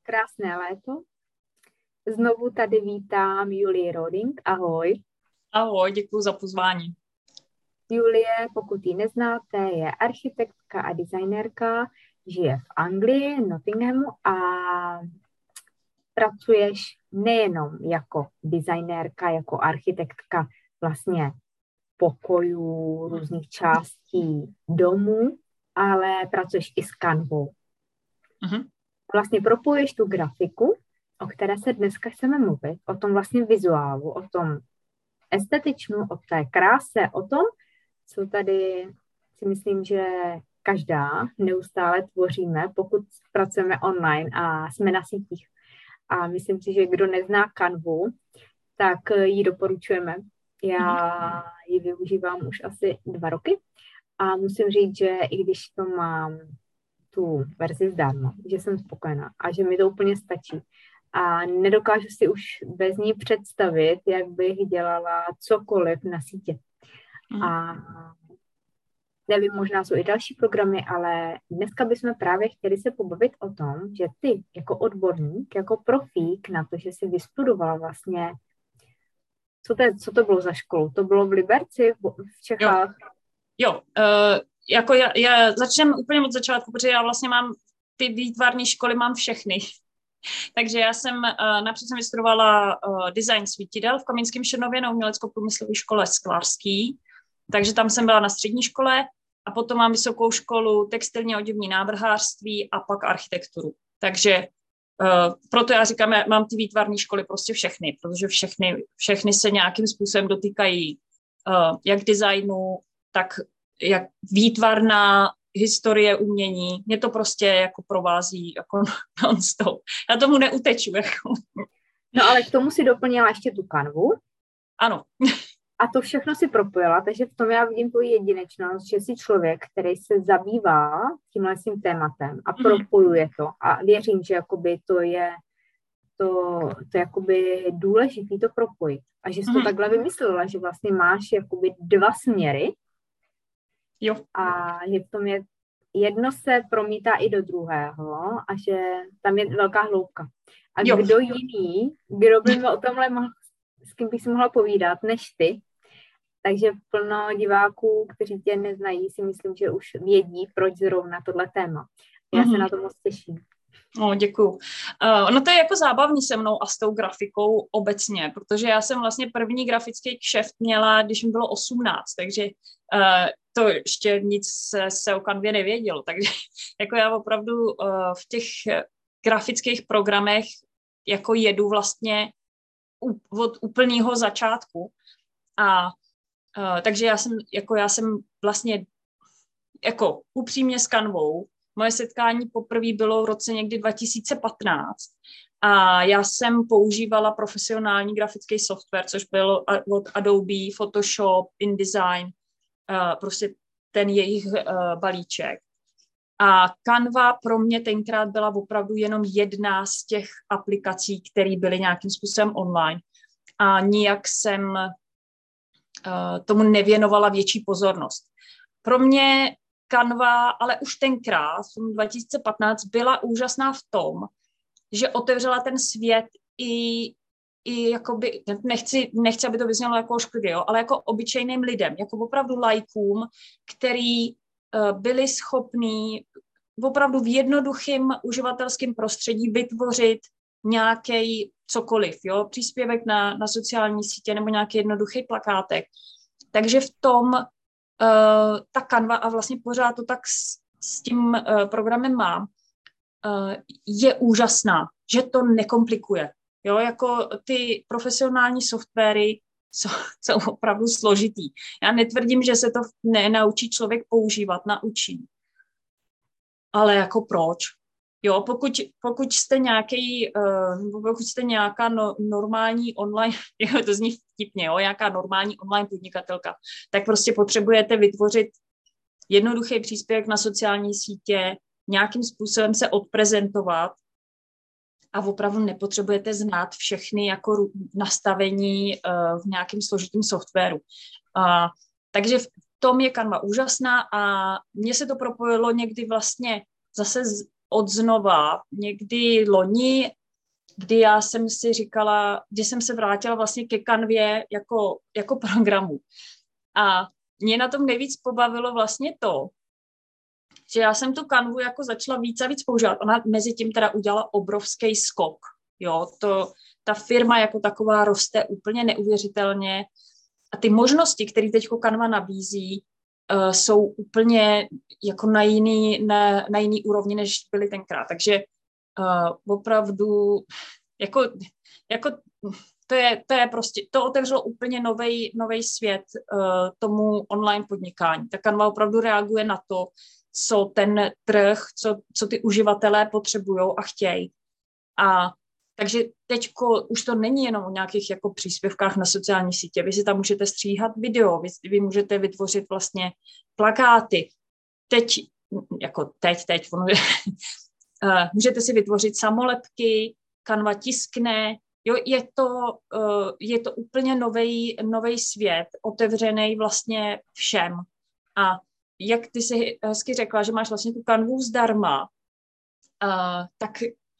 krásné léto. Znovu tady vítám Julii Roding. Ahoj. Ahoj, děkuji za pozvání. Julie, pokud ji neznáte, je architektka a designérka, žije v Anglii, Nottinghamu a pracuješ nejenom jako designérka, jako architektka vlastně pokojů, různých částí domů, ale pracuješ i s Canvou. Uh-huh. Vlastně propojuješ tu grafiku, o které se dneska chceme mluvit, o tom vlastně vizuálu, o tom estetičnu, o té kráse, o tom, co tady si myslím, že každá neustále tvoříme, pokud pracujeme online a jsme na sítích. A myslím si, že kdo nezná Canvu, tak ji doporučujeme. Já ji využívám už asi 2 roky a musím říct, že i když to mám tu verzi zdarma, že jsem spokojená a že mi to úplně stačí. A nedokážu si už bez ní představit, jak bych dělala cokoliv na sítě. A nevím, možná jsou i další programy, ale dneska bychom právě chtěli se pobavit o tom, že ty jako odborník, jako profík na to, že jsi vystudovala vlastně, co to bylo za školu? To bylo v Liberci, v Čechách? Jo. Jako já začnem úplně od začátku, protože já vlastně mám ty výtvarné školy, mám všechny. Takže já jsem napřed jsem vystudovala design svítidel v Kamínském Šernově na umělecko-průmyslové škole sklářský, takže tam jsem byla na střední škole a potom mám vysokou školu textilně oděvní návrhářství a pak architekturu. Takže proto já říkám, já mám ty výtvarné školy prostě všechny, protože všechny se nějakým způsobem dotýkají jak designu, tak jak výtvarná historie umění. Mě to prostě jako provází jako non-stop. Já tomu neuteču. Jako. No ale k tomu si doplnila ještě tu Canvu. Ano. A to všechno si propojila, takže v tom já vidím tu jedinečnost, že jsi člověk, který se zabývá tímhle tím tématem a propojuje to. A věřím, že jakoby to je jakoby důležitý to propojit. A že jsi to takhle vymyslela, že vlastně máš jakoby 2 směry. Jo. A že v tom je jedno se promítá i do druhého a že tam je velká hloubka. A jo. Kdo jiný, kdo by o tomhle mohl, s kým bych si mohla povídat, než ty. Takže plno diváků, kteří tě neznají, si myslím, že už vědí, proč zrovna tohle téma. Já se na to moc těším. Děkuju. No to je jako zábavný se mnou a s tou grafikou obecně, protože já jsem vlastně první grafický kšeft měla, když mi bylo 18, takže to ještě nic se o Canvě nevědělo, takže jako já opravdu v těch grafických programech jako jedu vlastně od úplného začátku a takže já jsem vlastně jako upřímně s Canvou. Moje setkání poprvé bylo v roce někdy 2015 a já jsem používala profesionální grafický software, což byl od Adobe, Photoshop, InDesign, prostě ten jejich balíček. A Canva pro mě tenkrát byla opravdu jenom jedna z těch aplikací, které byly nějakým způsobem online. A nijak jsem tomu nevěnovala větší pozornost. Pro mě Canva, ale už tenkrát, v 2015, byla úžasná v tom, že otevřela ten svět i jakoby, nechci, aby to vyznělo jako ošklivě, ale jako obyčejným lidem, jako opravdu laikům, který byli schopní opravdu v jednoduchým uživatelském prostředí vytvořit nějaký cokoliv, jo, příspěvek na sociální sítě nebo nějaký jednoduchý plakátek. Takže v tom ta Canva, a vlastně pořád to tak s tím programem mám, je úžasná, že to nekomplikuje. Jo, jako ty profesionální softwary jsou opravdu složitý. Já netvrdím, že se to nenaučí člověk používat, naučí. Ale jako proč? Jo, pokud jste nějaká normální online, to zní vtipně, jo, nějaká normální online podnikatelka, tak prostě potřebujete vytvořit jednoduchý příspěvek na sociální sítě, nějakým způsobem se odprezentovat a opravdu nepotřebujete znát všechny jako nastavení v nějakém složitém softwaru. Takže v tom je Canva úžasná a mně se to propojilo někdy vlastně zase odznova někdy loni, kdy já jsem si říkala, kdy jsem se vrátila vlastně ke Canvě jako programu. A mě na tom nejvíc pobavilo vlastně to, že já jsem tu Canvu jako začala víc a víc používat. Ona mezi tím teda udělala obrovský skok. Jo, ta firma jako taková roste úplně neuvěřitelně a ty možnosti, které teď Canva nabízí, jsou úplně jako na jiný úrovni, než byly tenkrát. Takže opravdu jako to je prostě, to otevřelo úplně novej svět tomu online podnikání. Ta Canva opravdu reaguje na to, co ten trh, co ty uživatelé potřebují a chtějí. A takže teďko už to není jenom o nějakých jako příspěvkách na sociální sítě. Vy si tam můžete stříhat video, vy můžete vytvořit vlastně plakáty. Teď, můžete si vytvořit samolepky, Canva tiskne. Jo, je to úplně novej svět, otevřený vlastně všem. A jak ty si hezky řekla, že máš vlastně tu Canvu zdarma, tak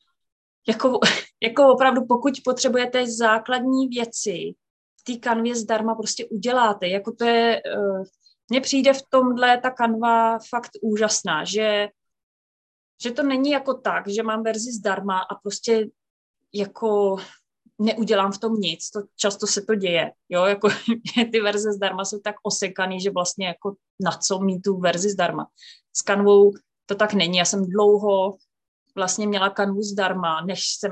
jako opravdu, pokud potřebujete základní věci, v té Canvě zdarma prostě uděláte. Jako to je, mně přijde v tomhle ta Canva fakt úžasná, že to není jako tak, že mám verzi zdarma a prostě jako neudělám v tom nic. Často se to děje. Jo? Jako, ty verze zdarma jsou tak osekaný, že vlastně jako na co mít tu verzi zdarma. S Canvou to tak není. Já jsem dlouho vlastně měla Canvu zdarma,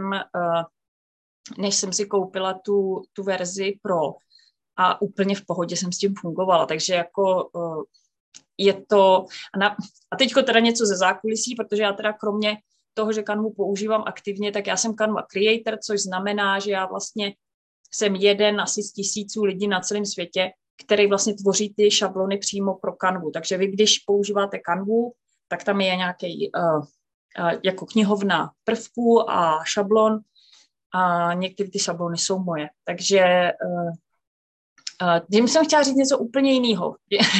než jsem si koupila tu verzi Pro a úplně v pohodě jsem s tím fungovala. Takže jako je to... A teďko teda něco ze zákulisí, protože já teda kromě toho, že Canvu používám aktivně, tak já jsem Canva creator, což znamená, že já vlastně jsem jeden asi z tisíců lidí na celém světě, který vlastně tvoří ty šablony přímo pro Canvu. Takže vy, když používáte Canvu, tak tam je nějaký jako knihovna prvků a šablon a některé ty šablony jsou moje. Takže tím jsem chtěla říct něco úplně jiného.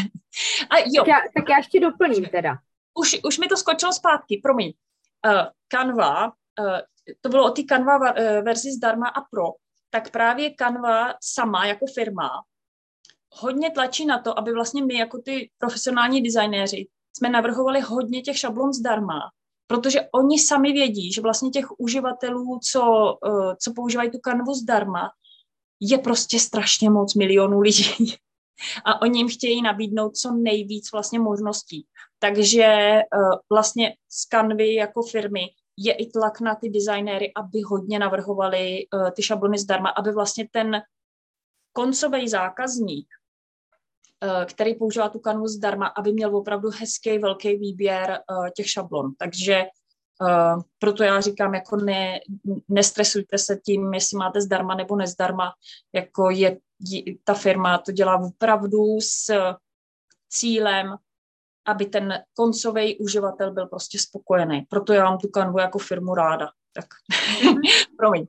Tak já ještě doplním teda. Už mi to skočilo zpátky, promiň. Canva, to bylo o té Canva verzi zdarma a Pro, tak právě Canva sama jako firma hodně tlačí na to, aby vlastně my jako ty profesionální designéři jsme navrhovali hodně těch šablon zdarma, protože oni sami vědí, že vlastně těch uživatelů, co používají tu Canvu zdarma, je prostě strašně moc milionů lidí. A oni jim chtějí nabídnout co nejvíc vlastně možností. Takže vlastně z Canvy jako firmy je i tlak na ty designéry, aby hodně navrhovali ty šablony zdarma, aby vlastně ten koncový zákazník, který používá tu Canvu zdarma, aby měl opravdu hezký, velký výběr těch šablon. Takže proto já říkám, jako nestresujte se tím, jestli máte zdarma nebo nezdarma, jako ta firma to dělá opravdu s cílem, aby ten koncový uživatel byl prostě spokojený. Proto já mám tu Canvu jako firmu ráda. Tak promiň.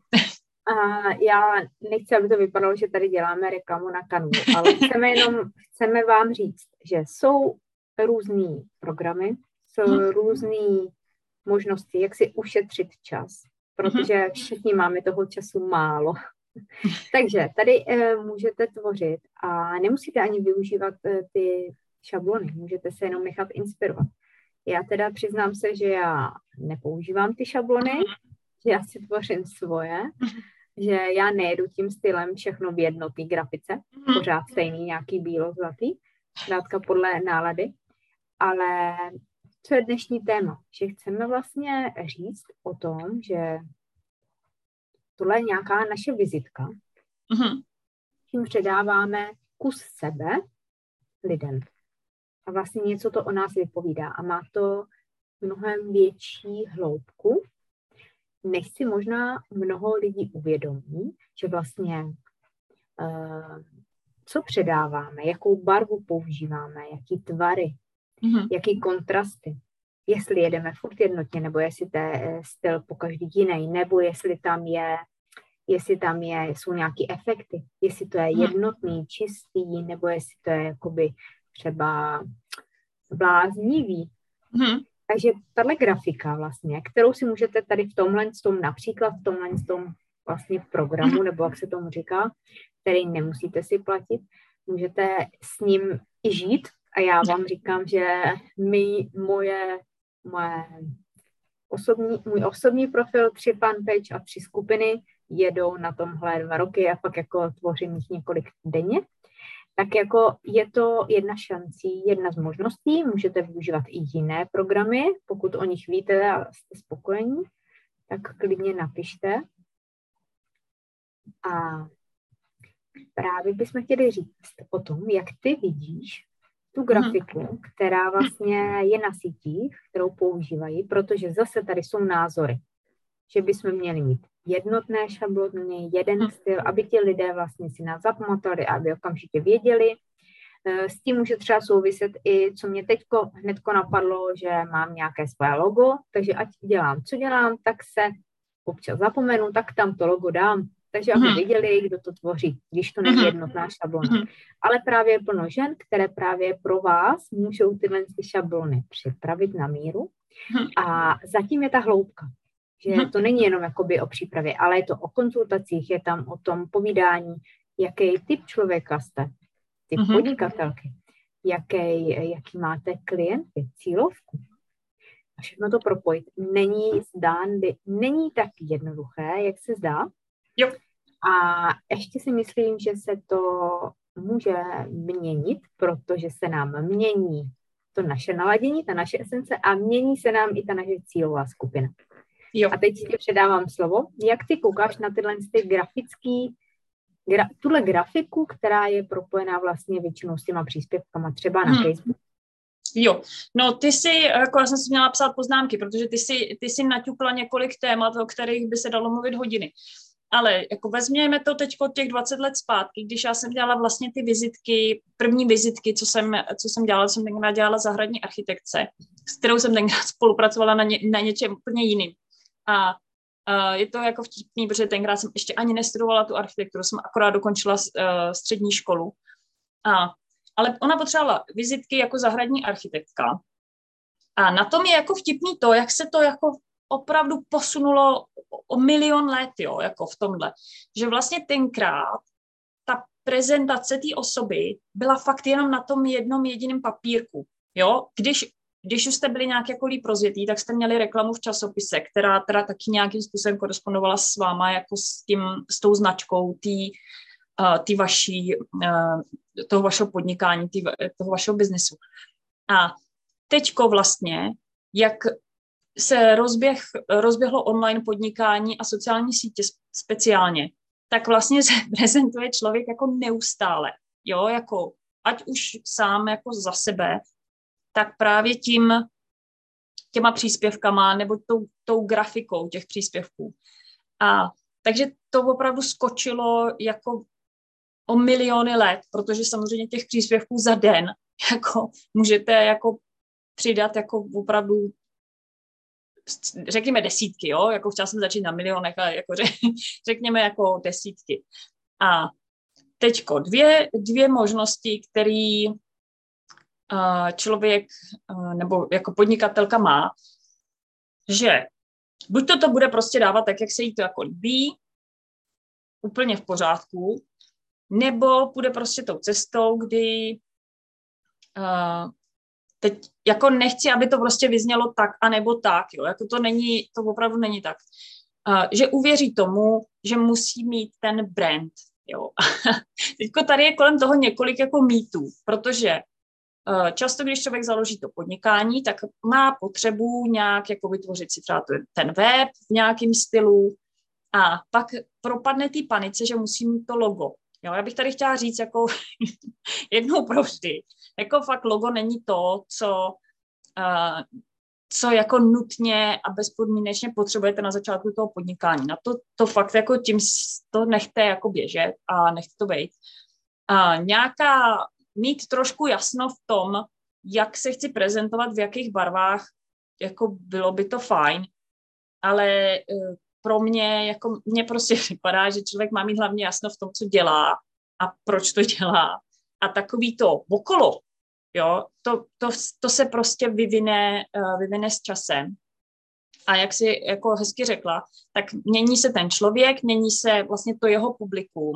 Já nechci, aby to vypadalo, že tady děláme reklamu na Canvu, ale chceme vám říct, že jsou různý programy, jsou různý možnosti, jak si ušetřit čas, protože všichni máme toho času málo. Takže tady můžete tvořit a nemusíte ani využívat ty šablony, můžete se jenom nechat inspirovat. Já teda přiznám se, že já nepoužívám ty šablony, že já si tvořím svoje, že já nejedu tím stylem všechno v jednotné grafice, pořád stejný, nějaký bílo-zlatý, zkrátka podle nálady, ale co je dnešní téma? Že chceme vlastně říct o tom, že tohle je nějaká naše vizitka, tím předáváme kus sebe lidem. A vlastně něco to o nás vypovídá a má to mnohem větší hloubku, než si možná mnoho lidí uvědomí, že vlastně co předáváme, jakou barvu používáme, jaký tvary, jaký kontrasty. Jestli jedeme furt jednotně, nebo jestli to je styl po každý jiný, nebo jestli tam jsou nějaký efekty, jestli to je jednotný, čistý, nebo jestli to je jakoby třeba bláznivý. Takže tahle grafika vlastně, kterou si můžete tady v tomhle, například v tomhle vlastně programu, nebo jak se tomu říká, který nemusíte si platit, můžete s ním i žít. A já vám říkám, že můj osobní profil, 3 fanpage a 3 skupiny jedou na tomhle 2 roky a pak jako tvořím jich několik denně. Tak jako je to jedna šancí, jedna z možností, můžete využívat i jiné programy, pokud o nich víte a jste spokojení, tak klidně napište. A právě bychom chtěli říct o tom, jak ty vidíš tu grafiku, která vlastně je na sítích, kterou používají, protože zase tady jsou názory, že bychom měli mít jednotné šablony, jeden styl, aby ti lidé vlastně si nás zapamatovali, aby okamžitě věděli. S tím může třeba souviset i, co mě teďko hnedko napadlo, že mám nějaké své logo, takže ať dělám, co dělám, tak se občas zapomenu, tak tam to logo dám. Takže aby viděli, kdo to tvoří, když to není jednotná šablona. Ale právě je plno žen, které právě pro vás můžou tyhle šablony připravit na míru. A zatím je ta hloubka, že to není jenom jakoby o přípravě, ale je to o konzultacích, je tam o tom povídání, jaký typ člověka jste, typ podnikatelky, jaký máte klienty, cílovku. A všechno to propojit. Není tak jednoduché, jak se zdá. Jo. A ještě si myslím, že se to může měnit, protože se nám mění to naše naladění, ta naše esence a mění se nám i ta naše cílová skupina. Jo. A teď ti předávám slovo. Jak ty koukáš na tyhle tuhle grafiku, která je propojená vlastně většinou s těma příspěvkama třeba na Facebook? Jo, no ty si, jako já jsem si měla psát poznámky, protože ty si naťukla několik témat, o kterých by se dalo mluvit hodiny. Ale jako vezměme to teď od těch 20 let zpátky, když já jsem dělala vlastně ty vizitky, první vizitky, co jsem tenkrát dělala zahradní architektce, s kterou jsem tenkrát spolupracovala na něčem úplně jiným. A je to jako vtipný, protože tenkrát jsem ještě ani nestudovala tu architekturu, jsem akorát dokončila střední školu. Ale ona potřebovala vizitky jako zahradní architektka. A na tom je jako vtipný to, jak se to jako opravdu posunulo o milion let, jo, jako v tomhle. Že vlastně tenkrát ta prezentace té osoby byla fakt jenom na tom jednom jediném papírku, jo. Když už jste byli nějak jako líp rozjetý, tak jste měli reklamu v časopise, která teda taky nějakým způsobem korespondovala s váma, jako s tou značkou toho vašeho podnikání, toho vašeho biznesu. A teďko vlastně, jak se rozběhlo online podnikání a sociální sítě speciálně, tak vlastně se prezentuje člověk jako neustále, jo, jako ať už sám jako za sebe, tak právě těma příspěvkama nebo tou grafikou těch příspěvků. A takže to opravdu skočilo jako o miliony let, protože samozřejmě těch příspěvků za den jako můžete jako přidat jako opravdu řekněme desítky, jo, jako chtěla jsem začít na milionech, ale jako řekněme jako desítky. A teďko dvě možnosti, které člověk nebo jako podnikatelka má, že buď to bude prostě dávat tak, jak se jí to jako líbí, úplně v pořádku, nebo půjde prostě tou cestou, kdy teď jako nechci, aby to prostě vyznělo tak, anebo tak, jo, jako to opravdu není tak. Že uvěří tomu, že musí mít ten brand, jo. Teďko tady je kolem toho několik jako mýtů, protože často, když člověk založí to podnikání, tak má potřebu nějak jako vytvořit si třeba ten web v nějakém stylu a pak propadne té panice, že musí mít to logo. Jo, já bych tady chtěla říct jako jednou provždy, jako fakt logo není to, co jako nutně a bezpodmínečně potřebujete na začátku toho podnikání. Na to fakt jako tím to nechte jako běžet a nechte to být. Mít trošku jasno v tom, jak se chci prezentovat, v jakých barvách, jako bylo by to fajn, ale pro mě prostě vypadá, že člověk má mít hlavně jasno v tom, co dělá a proč to dělá. A takový to okolo, Jo, to se prostě vyvine s časem. A jak si jako hezky řekla, tak mění se ten člověk, mění se vlastně to jeho publikum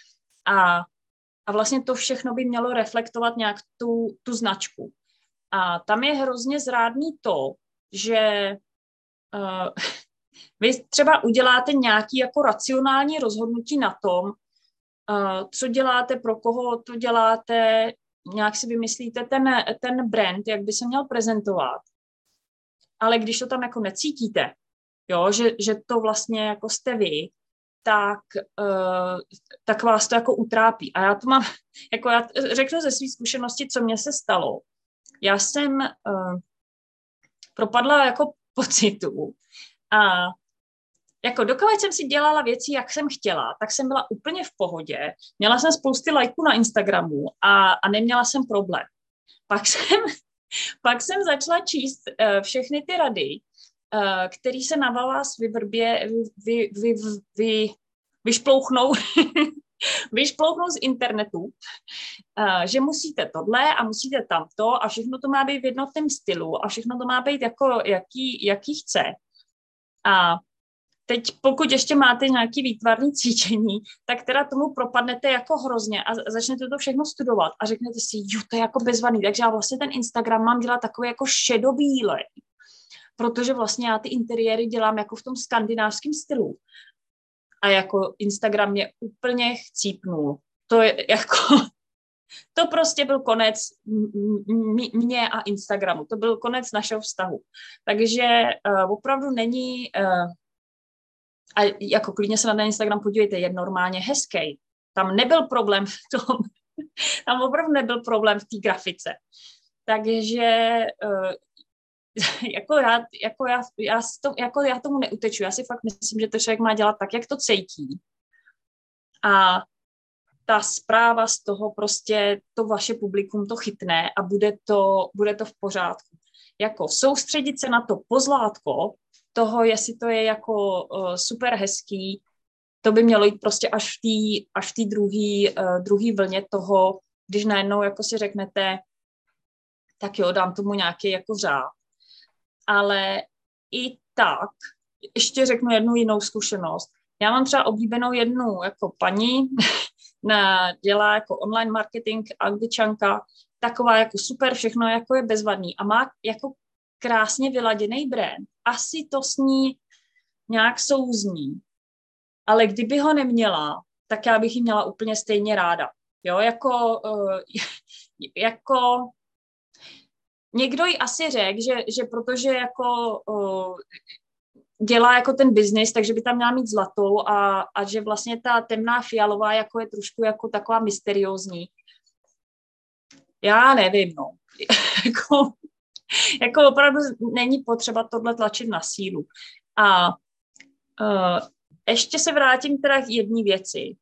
a vlastně to všechno by mělo reflektovat nějak tu značku. A tam je hrozně zrádný to, že vy třeba uděláte nějaký jako racionální rozhodnutí na tom, co děláte, pro koho to děláte, nějak si vymyslíte ten brand, jak by se měl prezentovat. Ale když to tam jako necítíte, jo, že to vlastně jako jste vy, tak vás to jako utrápí. A já to mám, jako já řeknu ze své zkušenosti, co mně se stalo. Já jsem propadla jako pocitu a jako dokud jsem si dělala věci, jak jsem chtěla, tak jsem byla úplně v pohodě. Měla jsem spousty lajků na Instagramu a neměla jsem problém. Pak jsem začala číst všechny ty rady, které se na vás vyšplouchnou z internetu, že musíte tohle a musíte tamto a všechno to má být v jednotném stylu a všechno to má být jako jaký chce. A teď pokud ještě máte nějaké výtvarné cvičení, tak teda tomu propadnete jako hrozně a začnete to všechno studovat a řeknete si, jo, to je jako bezvadný, takže já vlastně ten Instagram mám dělat takový jako šedobílej, protože vlastně já ty interiéry dělám jako v tom skandinávském stylu. A jako Instagram mě úplně chcípnul. To je jako, to prostě byl konec mě a Instagramu. To byl konec našeho vztahu. Takže opravdu není, a jako klidně se na ten Instagram podívejte, je normálně hezký. Tam nebyl problém v tom, tam opravdu nebyl problém v té grafice. Takže já tomu neuteču. Já si fakt myslím, že to člověk má dělat tak, jak to cítí. A ta zpráva z toho prostě to vaše publikum to chytne a bude to v pořádku. Jako soustředit se na to pozlátko toho, jestli to je jako super hezký, to by mělo jít prostě až v té druhý vlně toho, když najednou jako si řeknete, tak jo, dám tomu nějaký jako řád. Ale i tak, ještě řeknu jednu jinou zkušenost. Já mám třeba oblíbenou jednu jako paní, dělá jako online marketing, Angličanka, taková jako super, všechno jako je bezvadný a má jako krásně vyladěný brand. Asi to s ní nějak souzní, ale kdyby ho neměla, tak já bych ji měla úplně stejně ráda. Jo, jako někdo jí asi řekl, že protože jako dělá jako ten biznis, takže by tam měla mít zlatou a že vlastně ta temná fialová jako je trošku jako taková mysteriózní. Já nevím, no. jako opravdu není potřeba tohle tlačit na sílu. A ještě se vrátím teda k jedné věci.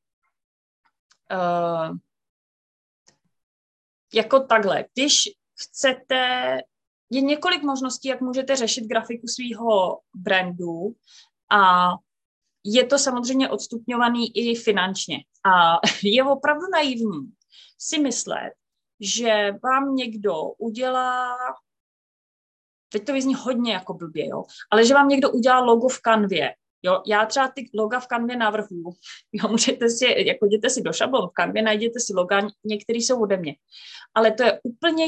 Jako takhle, když chcete, je několik možností, jak můžete řešit grafiku svého brandu a je to samozřejmě odstupňovaný i finančně. A je opravdu naivní si myslet, že vám někdo udělá, teď to vyzní hodně jako blbě, jo, ale že vám někdo udělá logo v Canvě. Jo, já třeba ty loga v Canvě navrhuju. Jo, můžete si, jako jděte si do šablon v Canvě, najděte si loga, některý jsou ode mě. Ale to je úplně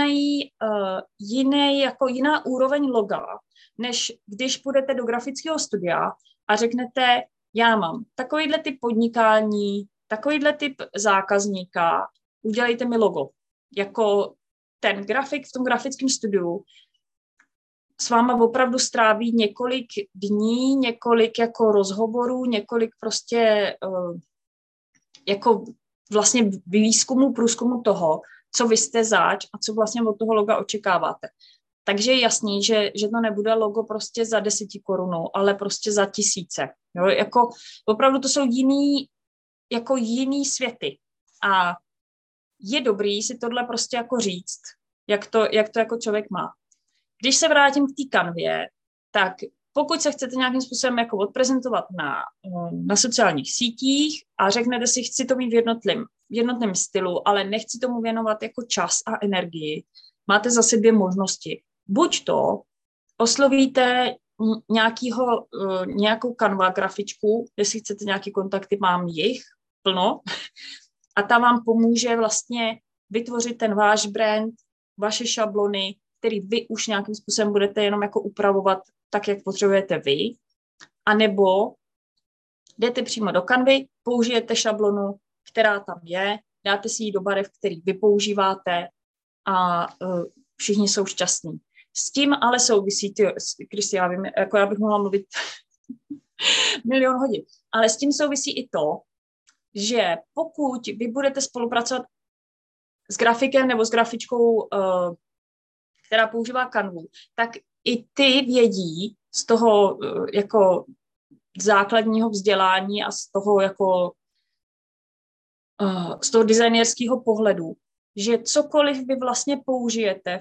jiná úroveň loga, než když půjdete do grafického studia a řeknete, já mám takovýhle typ podnikání, takovýhle typ zákazníka, udělejte mi logo. Jako ten grafik v tom grafickém studiu s váma opravdu stráví několik dní, několik jako rozhovorů, několik prostě jako vlastně výzkumu, průzkumu toho, co vy jste zač a co vlastně od toho loga očekáváte. Takže je jasný, že to nebude logo prostě za 10 korunů, ale prostě za 1000. Jo? Jako opravdu to jsou jiný světy. A je dobrý si tohle prostě jako říct, jak to jako člověk má. Když se vrátím k té kanvě, tak pokud se chcete nějakým způsobem jako odprezentovat na sociálních sítích a řeknete si, chci to mít v jednotném stylu, ale nechci tomu věnovat jako čas a energii, máte zase dvě možnosti. Buď to oslovíte nějakou Canva grafičku, jestli chcete nějaký kontakty, mám jich plno, a ta vám pomůže vlastně vytvořit ten váš brand, vaše šablony, který vy už nějakým způsobem budete jenom jako upravovat tak, jak potřebujete vy, anebo jdete přímo do Canvy, použijete šablonu, která tam je, dáte si ji do barev, který vy používáte a všichni jsou šťastní. S tím ale souvisí, Kristi, já vím, jako já bych mohla mluvit milion hodin, ale s tím souvisí i to, že pokud vy budete spolupracovat s grafikem nebo s grafičkou, která používá Canvu, tak i ty vědí z toho jako základního vzdělání a z toho jako z toho designerského pohledu, že cokoliv vy vlastně použijete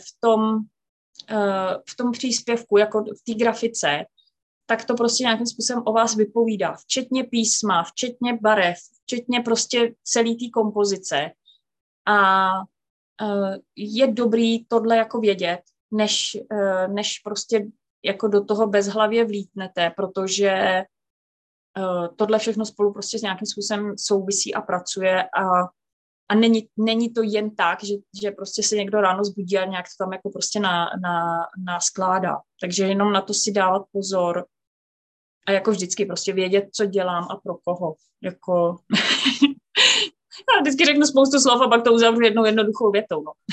v tom příspěvku, jako v té grafice, tak to prostě nějakým způsobem o vás vypovídá, včetně písma, včetně barev, včetně prostě celé té kompozice. A je dobrý tohle jako vědět, než prostě jako do toho bezhlavě vlítnete, protože tohle všechno spolu prostě s nějakým způsobem souvisí a pracuje a není to jen tak, že prostě se někdo ráno zbudí a nějak to tam jako prostě naskládá. Takže jenom na to si dávat pozor a jako vždycky prostě vědět, co dělám a pro koho. Jako já vždycky řeknu spoustu slov a pak to uzavřu jednou jednoduchou větou. No.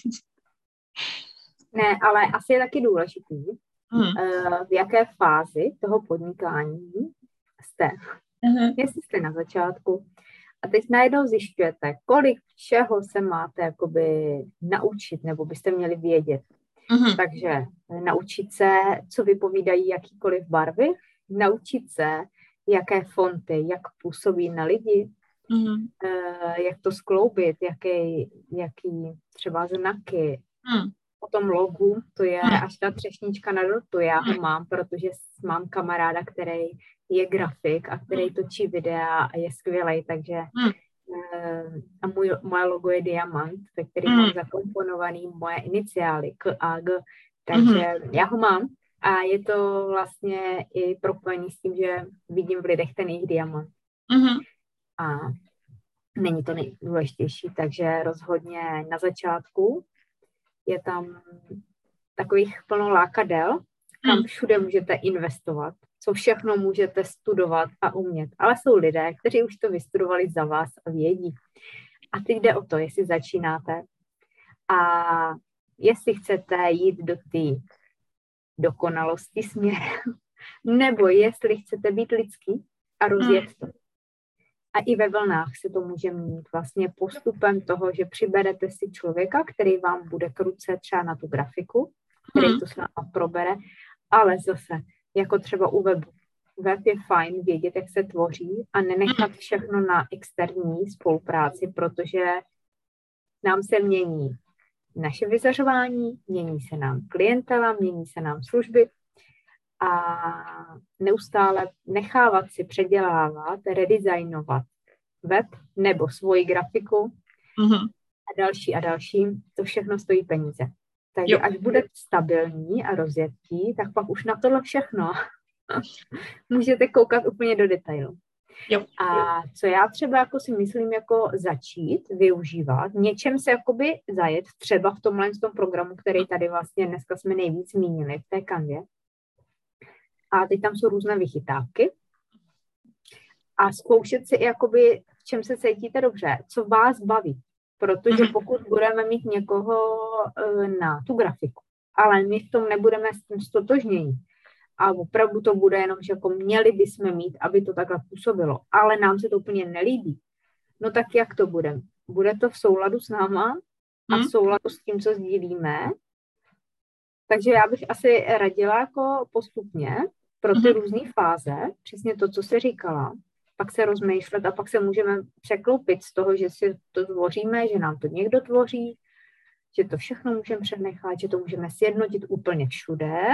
Ne, ale asi je taky důležitý, v jaké fázi toho podnikání jste. Jestli jste na začátku a teď najednou zjišťujete, kolik čeho se máte jakoby naučit, nebo byste měli vědět. Takže naučit se, co vypovídají jakýkoliv barvy, naučit se, jaké fonty, jak působí na lidi, jak to skloubit, jaký třeba znaky. O tom logu, to je až ta třešnička na dortu, já ho mám, protože mám kamaráda, který je grafik a který točí videa a je skvělej, takže a moje logo je diamant, ve který mám zakomponovaný moje iniciály K a G, takže já ho mám a je to vlastně i propojený s tím, že vidím v lidech ten jejich diamant. A není to nejdůležitější, takže rozhodně na začátku je tam takových plno lákadel, kam všude můžete investovat, co všechno můžete studovat a umět. Ale jsou lidé, kteří už to vystudovali za vás a vědí. A teď jde o to, jestli začínáte a jestli chcete jít do té dokonalosti směrem, nebo jestli chcete být lidský a rozjet to. A i ve vlnách se to může měnit vlastně postupem toho, že přiberete si člověka, který vám bude kruce třeba na tu grafiku, který to s náma probere, ale zase, jako třeba u webu. Web je fajn vědět, jak se tvoří a nenechat všechno na externí spolupráci, protože nám se mění naše vyzařování, mění se nám klientela, mění se nám služby a neustále nechávat si předělávat, redesignovat web nebo svoji grafiku a další, to všechno stojí peníze. Takže až bude stabilní a rozjetí, tak pak už na tohle všechno můžete koukat úplně do detailu. A co já třeba jako si myslím jako začít využívat, něčem se jakoby zajet, třeba v tomhle programu, který tady vlastně dneska jsme nejvíc zmínili v té Canvě. A teď tam jsou různé vychytávky. A zkoušet si jakoby, v čem se cítíte dobře, co vás baví. Protože pokud budeme mít někoho na tu grafiku, ale my v tom nebudeme s tím stotožnění a opravdu to bude jenom, že jako měli bychom mít, aby to takhle působilo, ale nám se to úplně nelíbí, no tak jak to bude? Bude to v souladu s náma a v souladu s tím, co sdílíme? Takže já bych asi radila jako postupně pro ty různé fáze, přesně to, co jsi říkala, pak se rozmýšlet a pak se můžeme překloupit z toho, že si to tvoříme, že nám to někdo tvoří, že to všechno můžeme přenechat, že to můžeme sjednotit úplně všude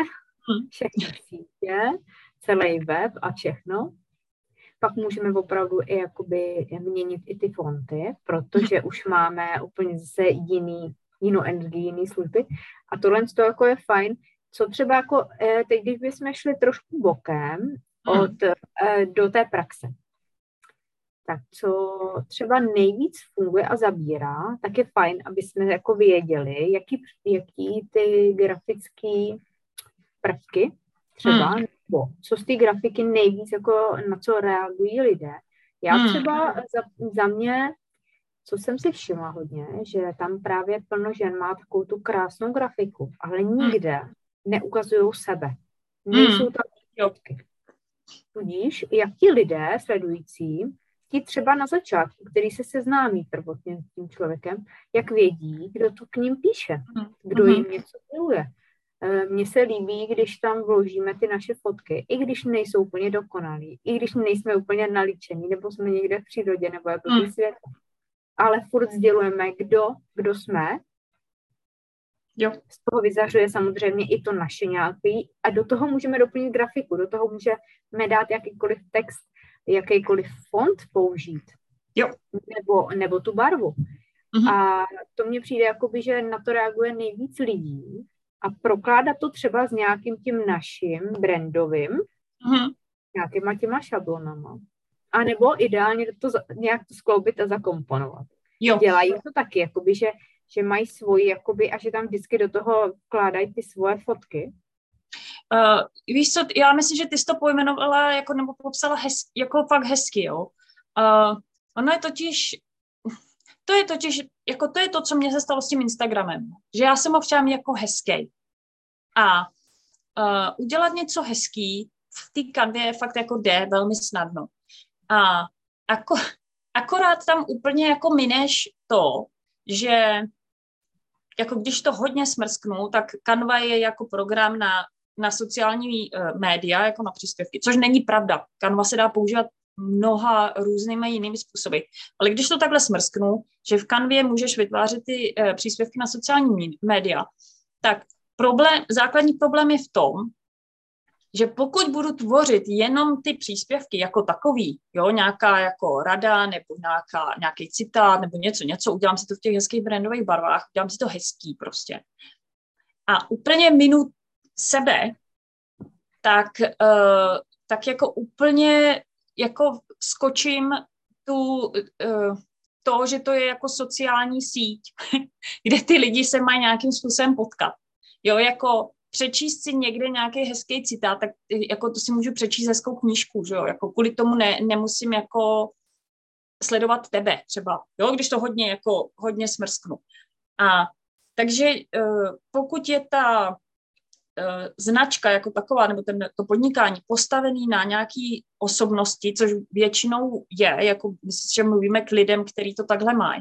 všechny sítě, celý web a všechno. Pak můžeme opravdu i jakoby měnit i ty fonty, protože už máme úplně zase jinou energii, jiný služby. A tohle to jako je fajn. Co třeba jako teď, když bychom šli trošku bokem do té praxe, tak co třeba nejvíc funguje a zabírá, tak je fajn, aby jsme jako věděli, jaký ty grafické prvky třeba, nebo co z té grafiky nejvíc, jako na co reagují lidé. Já třeba za mě, co jsem si všimla hodně, že tam právě plno žen má takovou tu krásnou grafiku, ale nikde neukazují sebe. Nejsou tam fotky. Tudíž, jak ti lidé sledující, ti třeba na začátku, který se seznámí prvotně s tím člověkem, jak vědí, kdo to k ním píše, kdo jim něco miluje. Mně se líbí, když tam vložíme ty naše fotky, i když nejsou úplně dokonalý, i když nejsme úplně nalíčení, nebo jsme někde v přírodě, nebo jako v světě. Ale furt sdělujeme, kdo jsme. Jo. Z toho vyzařuje samozřejmě i to naše nějaký a do toho můžeme doplnit grafiku, do toho můžeme dát jakýkoliv text, jakýkoliv font použít. Jo. Nebo tu barvu. A to mně přijde, jakoby, že na to reaguje nejvíc lidí a prokládat to třeba s nějakým tím naším brandovým, nějakýma těma šablonama. A nebo ideálně to nějak to skloubit a zakomponovat. Jo. Dělají to taky, jakoby, že mají svoji, jakoby, a že tam vždycky do toho vkládají ty svoje fotky. Víš co, já myslím, že ty jsi to pojmenovala jako, nebo popsala jako fakt hezky, jo. Ono je totiž, jako to je to, co mě se stalo s tím Instagramem, že já jsem ho chtěla mít jako hezký. A udělat něco hezký v té kanvě fakt jako jde velmi snadno. A akorát tam úplně jako mineš to, že jako když to hodně smrsknu, tak Canva je jako program na sociální média, jako na příspěvky, což není pravda. Canva se dá používat mnoha různými jinými způsoby. Ale když to takhle smrsknu, že v Canvě můžeš vytvářet ty příspěvky na sociální média, tak základní problém je v tom, že pokud budu tvořit jenom ty příspěvky jako takový, jo, nějaká jako rada nebo nějaký citát nebo něco, udělám si to v těch hezkých brandových barvách, udělám si to hezký prostě. A úplně minu sebe, tak jako úplně jako skočím to, že to je jako sociální síť, kde ty lidi se mají nějakým způsobem potkat. Jo, jako přečíst si někde nějaký hezký citát, tak jako to si můžu přečíst hezkou knížku, že jo, jako kvůli tomu nemusím jako sledovat tebe třeba, jo, když to hodně smrsknu. A takže pokud je ta značka jako taková, nebo to podnikání postavený na nějaký osobnosti, což většinou je, jako myslím, že mluvíme k lidem, kteří to takhle mají,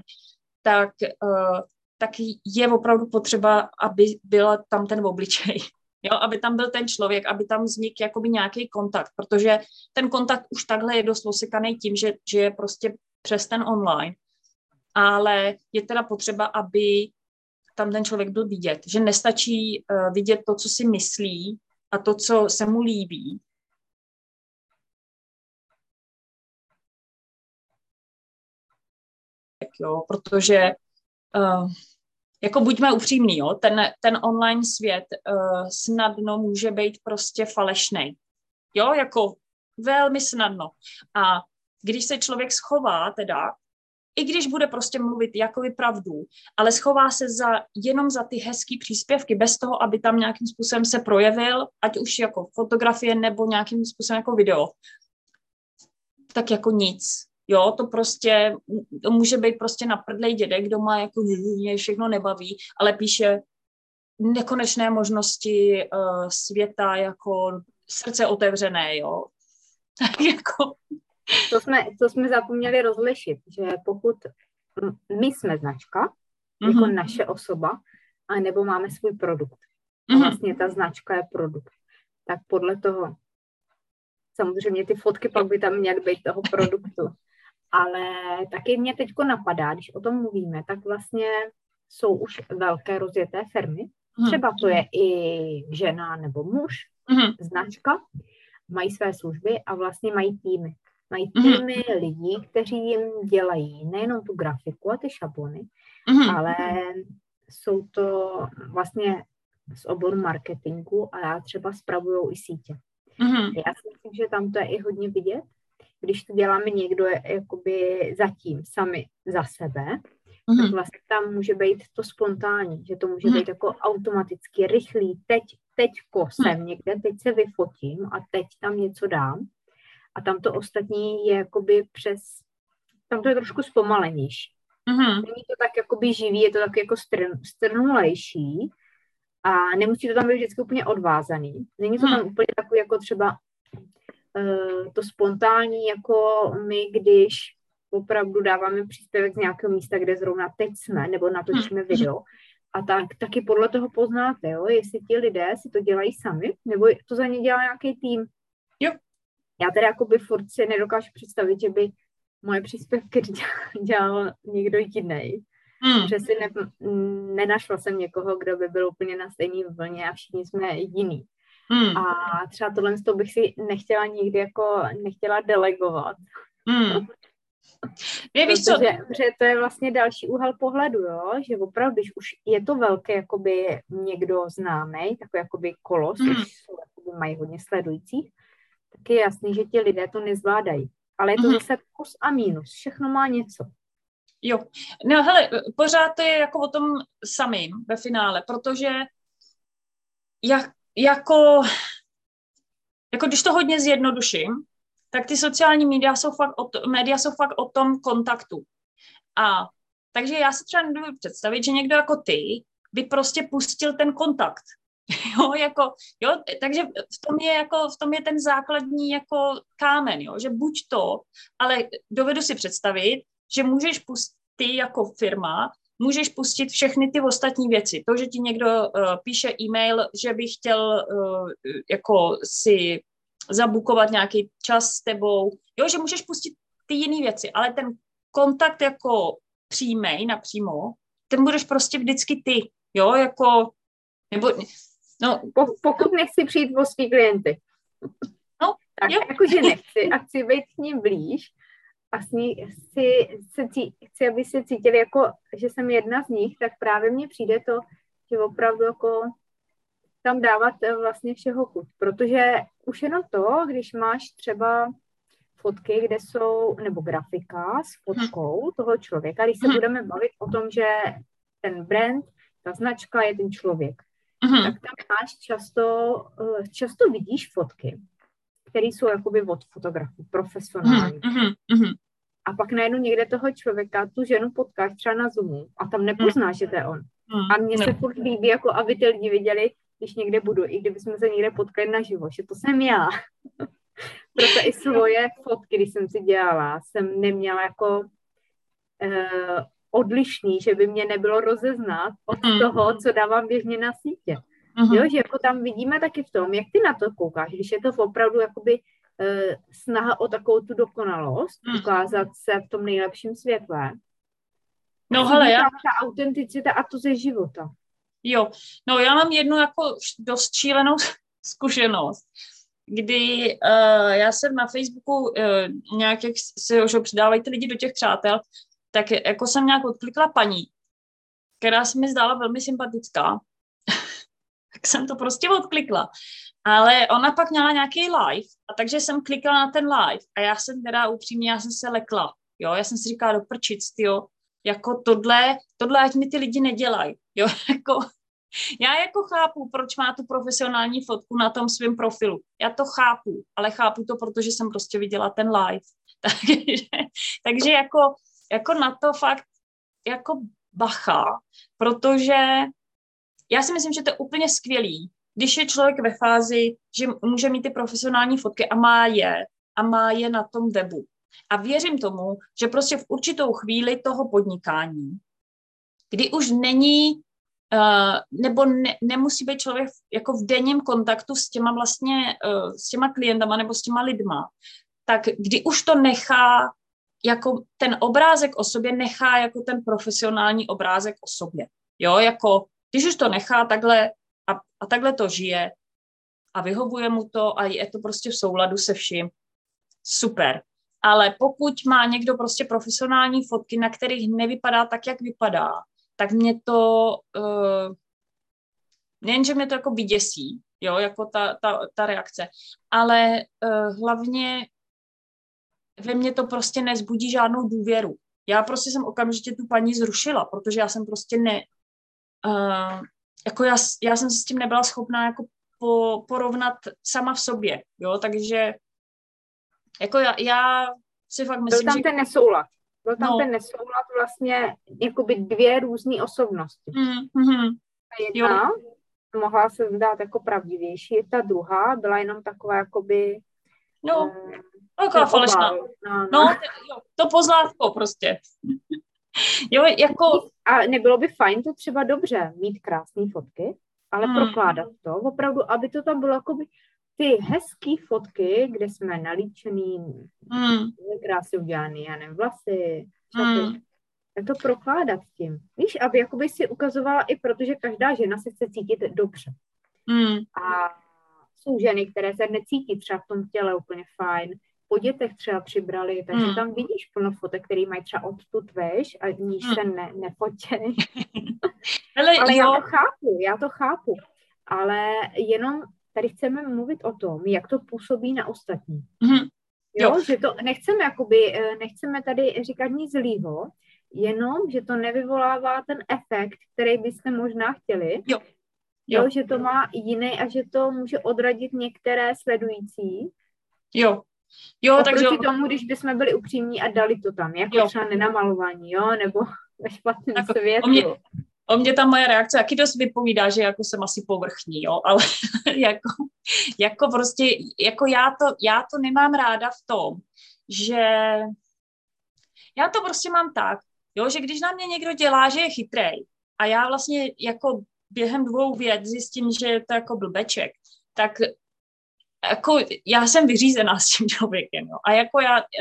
tak je opravdu potřeba, aby byl tam ten obličej, jo? Aby tam byl ten člověk, aby tam vznikl jakoby nějaký kontakt, protože ten kontakt už takhle je dost osekaný tím, že je prostě přes ten online, ale je teda potřeba, aby tam ten člověk byl vidět, že nestačí vidět to, co si myslí a to, co se mu líbí. Jo, protože jako buďme upřímní, jo, ten online svět snadno může být prostě falešnej. Jo, jako velmi snadno. A když se člověk schová teda, i když bude prostě mluvit jakoby pravdu, ale schová se jenom za ty hezký příspěvky, bez toho, aby tam nějakým způsobem se projevil, ať už jako fotografie nebo nějakým způsobem jako video, tak jako nic. Jo, to prostě může být prostě naprdlej dědek, kdo má jako všechno nebaví, ale píše nekonečné možnosti světa, jako srdce otevřené, jo. Jako... To jsme zapomněli rozlišit, že pokud my jsme značka, jako naše osoba, anebo máme svůj produkt. A vlastně ta značka je produkt. Tak podle toho, samozřejmě ty fotky pak by tam měly být toho produktu. Ale taky mě teďko napadá, když o tom mluvíme, tak vlastně jsou už velké rozjeté firmy. Třeba to je i žena nebo muž, značka, mají své služby a vlastně mají týmy. Mají týmy lidí, kteří jim dělají nejenom tu grafiku a ty šablony, ale jsou to vlastně z oboru marketingu a třeba spravujou i sítě. Já si myslím, že tam to je i hodně vidět, když to děláme někdo jakoby zatím, sami za sebe, tak vlastně tam může být to spontánní, že to může být jako automaticky, rychlý, teďko jsem někde, teď se vyfotím a teď tam něco dám. A tam to ostatní je jakoby tam to je trošku zpomalenější. Není to tak jakoby živý, je to tak jako strnulejší a nemusí to tam být vždycky úplně odvázaný. Není to tam úplně takový jako třeba to spontánní, jako my, když opravdu dáváme příspěvek z nějakého místa, kde zrovna teď jsme, nebo natočíme video. A taky podle toho poznáte, jo, jestli ti lidé si to dělají sami, nebo to za ně dělá nějaký tým. Jo. Já teda jakoby furt si nedokážu představit, že by moje příspěvky dělal někdo jiný. Protože si nenašla jsem někoho, kdo by byl úplně na stejné vlně a všichni jsme jiný. A třeba tohle bych si nechtěla nikdy jako nechtěla delegovat. Protože to je vlastně další úhel pohledu, jo? Že opravdu, když už je to velké jakoby někdo známý, takový jakoby kolos, mají hodně sledujících, tak je jasný, že ti lidé to nezvládají. Ale je to zase plus a mínus. Všechno má něco. Jo. No hele, pořád to je jako o tom samým ve finále, protože jako když to hodně zjednoduším, tak ty sociální média jsou fakt o tom kontaktu. A takže já si třeba nedovedu představit, že někdo jako ty by prostě pustil ten kontakt. Takže v tom je ten základní jako kámen, jo, že buď to, ale dovedu si představit, že můžeš pustit ty jako firma, můžeš pustit všechny ty ostatní věci. To, že ti někdo píše e-mail, že by chtěl jako si zabukovat nějaký čas s tebou, jo, že můžeš pustit ty jiné věci, ale ten kontakt jako přímej napřímo, ten budeš prostě vždycky ty, jo, jako, nebo, no. Pokud nechci přijít o svý klienty. No, tak jo. Jakože nechci a chci být k ním blíž a chci, aby se cítili jako, že jsem jedna z nich, tak právě mně přijde to, že opravdu jako tam dávat vlastně všeho chuť, protože už jenom to, když máš třeba fotky, kde jsou, nebo grafika s fotkou toho člověka, když se budeme bavit o tom, že ten brand, ta značka je ten člověk, tak tam máš často vidíš fotky, které jsou jakoby od fotografů, profesionální. A pak najednou někde toho člověka, tu ženu potkáš třeba na Zoomu a tam nepoznáš, že to je on. A mně se furt líbí, jako aby ty lidi viděli, když někde budu, i kdybychom se někde potkali naživo, že to jsem já. Proto i svoje fotky, když jsem si dělala, jsem neměla jako odlišný, že by mě nebylo rozeznat od toho, co dávám běžně na sítě. Jo, že jako tam vidíme taky v tom, jak ty na to koukáš, když je to opravdu jakoby snaha o takovou tu dokonalost, ukázat se v tom nejlepším světle. No hele, ta autenticita a to ze života. Jo, no já mám jednu jako dost šílenou zkušenost, kdy já jsem na Facebooku nějak, jak se už přidávají ty lidi do těch přátel, tak jako jsem nějak odklikla paní, která se mi zdála velmi sympatická. Tak jsem to prostě odklikla. Ale ona pak měla nějaký live, a takže jsem klikala na ten live a já jsem se lekla. Jo, já jsem si říkala do prčic, tyjo, jako tohle ať mi ty lidi nedělají. Jo, jako já jako chápu, proč má tu profesionální fotku na tom svém profilu. Já to chápu, ale chápu to, protože jsem prostě viděla ten live. Takže jako na to fakt jako bacha, protože já si myslím, že to je úplně skvělý, když je člověk ve fázi, že může mít ty profesionální fotky a má je na tom webu. A věřím tomu, že prostě v určitou chvíli toho podnikání, kdy už není nebo nemusí být člověk jako v denním kontaktu s těma klientama nebo s těma lidma, tak kdy už to nechá jako ten obrázek o sobě nechá jako ten profesionální obrázek o sobě. Jo, jako když už to nechá takhle a takhle to žije a vyhovuje mu to a je to prostě v souladu se vším, super. Ale pokud má někdo prostě profesionální fotky, na kterých nevypadá tak, jak vypadá, tak mě to, nejenže mě to jako vyděsí, jo, jako ta reakce, ale hlavně ve mně to prostě nezbudí žádnou důvěru. Já prostě jsem okamžitě tu paní zrušila, protože já jsem prostě jako já jsem se s tím nebyla schopná jako porovnat sama v sobě, jo, takže jako já si fakt myslím, Byl tam že... ten nesoulad. Byl tam ten nesoulad vlastně jakoby dvě různé osobnosti. Ta jedna mohla se zdát jako pravdivější, ta druhá byla jenom taková jakoby... taková falešná. To pozlátko prostě. Jo, jako... A nebylo by fajn to třeba dobře mít krásné fotky, ale prokládat to, opravdu, aby to tam bylo jakoby ty hezký fotky, kde jsme nalíčený, krásně udělaný, já nevím, vlasy, šaty, tak to prokládat tím. Víš, aby jakoby si ukazovala i protože každá žena se chce cítit dobře. A jsou ženy, které se necítí třeba v tom těle úplně fajn, po dětech třeba přibrali, takže tam vidíš plno fotek, který mají třeba odtud veš a níž se nefotěj. Ale já to chápu. Ale jenom tady chceme mluvit o tom, jak to působí na ostatní. Jo, že to nechceme tady říkat nic zlýho, jenom, že to nevyvolává ten efekt, který byste možná chtěli. Jo, že to má jiný a že to může odradit některé sledující. Oproti tomu, když bychom byli upřímní a dali to tam, jako třeba nenamalovaní, jo, nebo ve špatném světlu. O mě ta moje reakce taky dost vypovídá, že jako jsem asi povrchní, jo, ale jako prostě, jako já to nemám ráda v tom, že já to prostě mám tak, jo, že když na mě někdo dělá, že je chytrej a já vlastně jako během 2 vět zjistím, že je to jako blbeček, tak jako já jsem vyřízená s tím člověkem, jo, a jako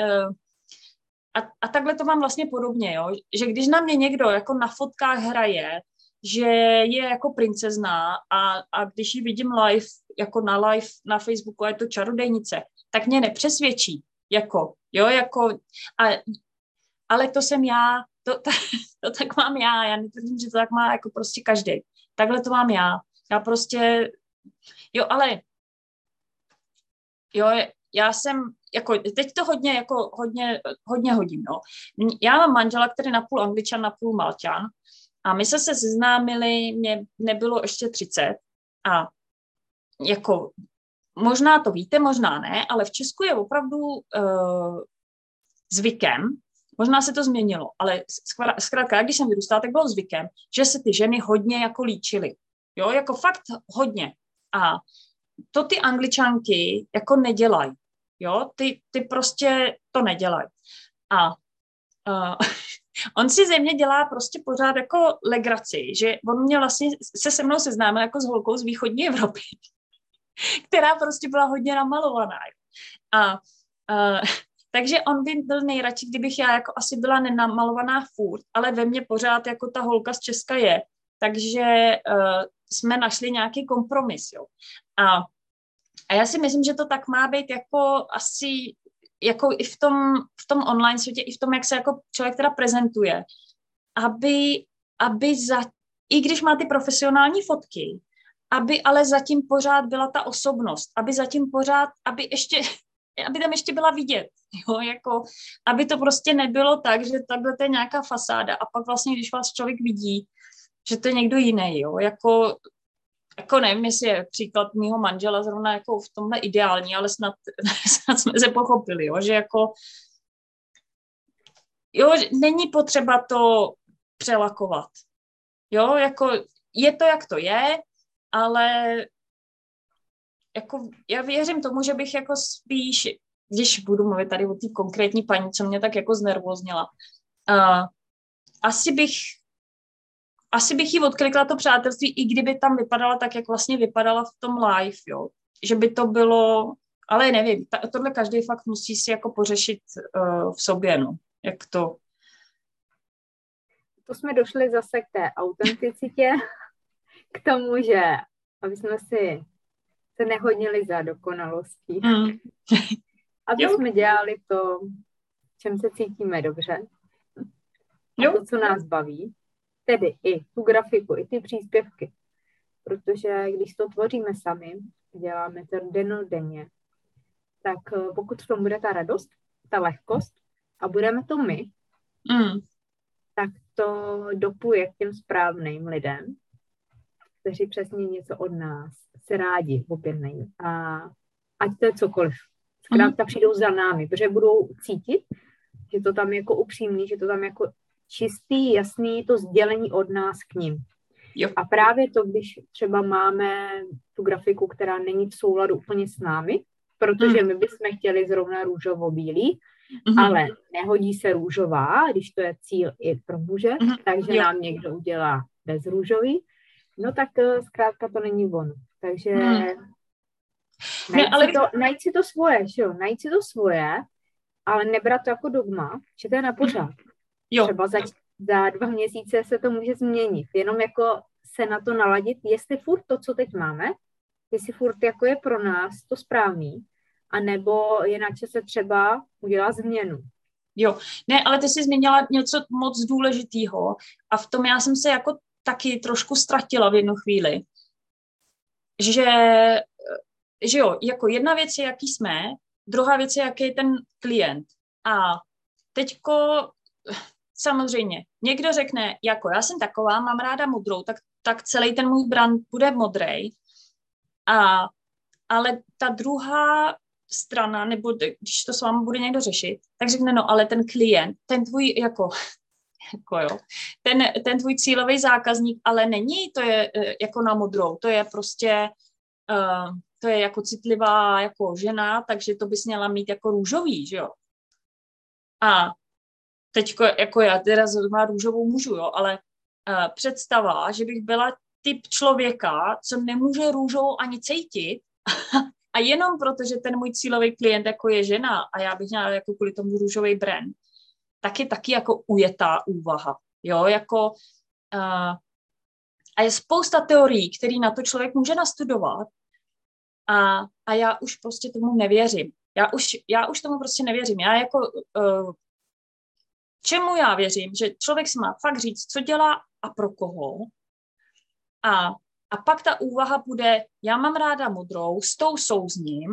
a takhle to mám vlastně podobně, jo, že když na mě někdo jako na fotkách hraje, že je jako princezna a když ji vidím live, jako na live na Facebooku a je to čarodejnice, tak mě nepřesvědčí, ale to jsem já, to tak mám já netvrdím, že to tak má jako prostě každý. Takhle to mám já prostě, já jsem, jako, teď to hodně hodím, no. Já mám manžela, který je napůl Angličan, napůl Malťan a my se seznámili, mě nebylo ještě 30 a jako, možná to víte, možná ne, ale v Česku je opravdu zvykem, možná se to změnilo, ale zkrátka, když jsem vyrůstala, tak bylo zvykem, že se ty ženy hodně jako líčily, jo, jako fakt hodně a to ty Angličanky jako nedělají. Jo, ty prostě to nedělají. A on si ze mě dělá prostě pořád jako legraci, že on mě vlastně se mnou seznámil jako s holkou z východní Evropy, která prostě byla hodně namalovaná. Takže on by byl nejradši, kdybych já jako asi byla nenamalovaná furt, ale ve mně pořád jako ta holka z Česka je. Takže jsme našli nějaký kompromis, jo. A já si myslím, že to tak má být jako asi jako i v tom online světě, i v tom, jak se jako člověk teda prezentuje, aby i když má ty profesionální fotky, aby ale zatím pořád byla ta osobnost, aby zatím pořád, aby tam ještě byla vidět, jo, jako, aby to prostě nebylo tak, že takhle to je nějaká fasáda a pak vlastně, když vás člověk vidí, že to je někdo jiný, jo, jako nevím, jestli je příklad mýho manžela zrovna jako v tomhle ideální, ale snad jsme se pochopili, jo, že jako není potřeba to přelakovat. Jo, jako je to, jak to je, ale jako já věřím tomu, že bych jako spíš, když budu mluvit tady o té konkrétní paní, co mě tak jako znervoznila, asi bych jí odklikla to přátelství, i kdyby tam vypadala tak, jak vlastně vypadala v tom live, jo. Že by to bylo, ale nevím, tohle každý fakt musí si jako pořešit v sobě, no. Jak to? To jsme došli zase k té autenticitě, k tomu, že aby jsme si se nehodnili za dokonalostí. Aby Jo. jsme dělali to, v čem se cítíme dobře. A to, co nás baví. Tedy i tu grafiku, i ty příspěvky. Protože když to tvoříme sami, děláme to dennodenně, tak pokud v tom bude ta radost, ta lehkost a budeme to my, tak to dopuje k těm správným lidem, kteří přesně něco od nás se rádi objednají. A ať to je cokoliv. Zkrátka přijdou za námi, protože budou cítit, že to tam jako upřímný, že to tam jako čistý, jasný, to sdělení od nás k nim. Jo. A právě to, když třeba máme tu grafiku, která není v souladu úplně s námi, protože my bychom chtěli zrovna růžovo-bílý, ale nehodí se růžová, když to je cíl i pro muže, takže nám někdo udělá bez růžový, no tak zkrátka to není ono. Takže najít si to svoje, že jo? Najít si to svoje, ale nebrat to jako dogma, že to je na pořád. Jo. Třeba za 2 měsíce se to může změnit. Jenom jako se na to naladit, jestli furt to, co teď máme, jestli furt jako je pro nás to správný, anebo je na čase třeba udělat změnu. Jo, ne, ale ty jsi zmínila něco moc důležitýho a v tom já jsem se jako taky trošku ztratila v jednu chvíli, že jo, jako jedna věc je, jaký jsme, druhá věc je, jaký je ten klient. A teďko samozřejmě někdo řekne, jako já jsem taková, mám ráda modrou, tak celý ten můj brand bude modrej. Ale ta druhá strana, nebo když to s vámi bude někdo řešit, tak řekne, no ale ten klient, ten tvůj jako jo, ten tvůj cílový zákazník, ale není, to je jako na modrou, to je prostě, to je jako citlivá jako žena, takže to bys měla mít jako růžový, že jo. A teďko, jako já teda zrovna růžovou můžu, jo, ale představa, že bych byla typ člověka, co nemůže růžovou ani cítit, a jenom protože ten můj cílový klient jako je žena a já bych měla jako kvůli tomu růžový brand, tak je taky jako ujetá úvaha, jo, jako a je spousta teorií, které na to člověk může nastudovat a já už prostě tomu nevěřím. Já už tomu prostě nevěřím. Já jako čemu já věřím, že člověk si má fakt říct, co dělá a pro koho. A pak ta úvaha bude, já mám ráda modrou, s tou souzním,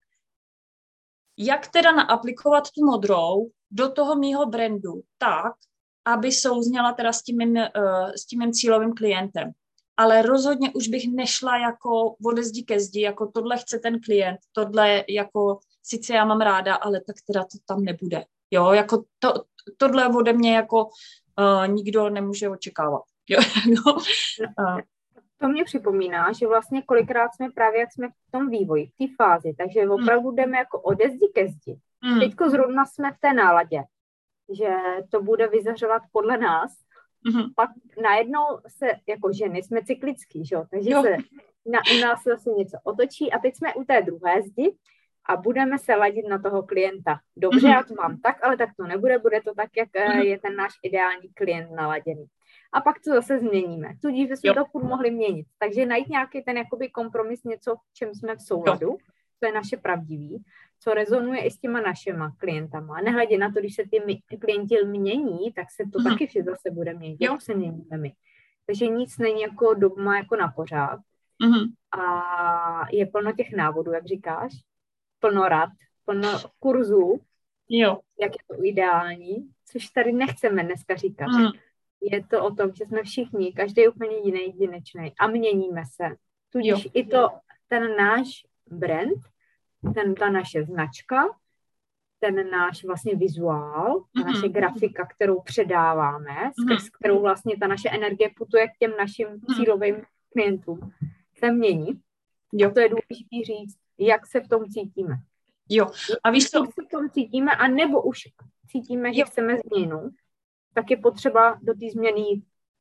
jak teda naaplikovat tu modrou do toho mýho brandu tak, aby souzněla teda s tím mým cílovým klientem. Ale rozhodně už bych nešla jako ode zdi ke zdi, jako tohle chce ten klient, tohle jako sice já mám ráda, ale tak teda to tam nebude. Jo, jako tohle ode mě jako nikdo nemůže očekávat. Jo, no. To mě připomíná, že vlastně kolikrát jsme právě, jak jsme v tom vývoji, v té fázi, takže opravdu jdeme jako ode zdi ke zdi. Teďko zrovna jsme v té náladě, že to bude vyzařovat podle nás, pak najednou se, jako ženy, jsme cyklický, že jo? Takže se u nás zase něco otočí a teď jsme u té druhé zdi a budeme se ladit na toho klienta. Dobře, já to mám tak, ale tak to nebude, bude to tak, jak je ten náš ideální klient naladěný. A pak to zase změníme. Tudíž bychom to furt mohli měnit. Takže najít nějaký ten jakoby kompromis, něco, v čem jsme v souladu, to je naše pravdivý, co rezonuje i s těma našima klientama. Nehledě na to, když se ty klienti mění, tak se to taky vše zase bude měnit, jak se měníme my. Takže nic není jako dogma jako na pořád. A je plno těch návodů, jak říkáš, plno rad, plno kurzů, jak je to ideální, což tady nechceme dneska říkat. Je to o tom, že jsme všichni, každý je úplně jiný, jedinečný a měníme se. Tudíž i ten náš brand, ta naše značka, ten náš vlastně vizuál, ta naše grafika, kterou předáváme, skrz kterou vlastně ta naše energie putuje k těm našim cílovým klientům, se mění. A to je důležité říct, jak se v tom cítíme. A víš co? Jak se v tom cítíme, anebo už cítíme, že chceme změnu, tak je potřeba do té změny jít.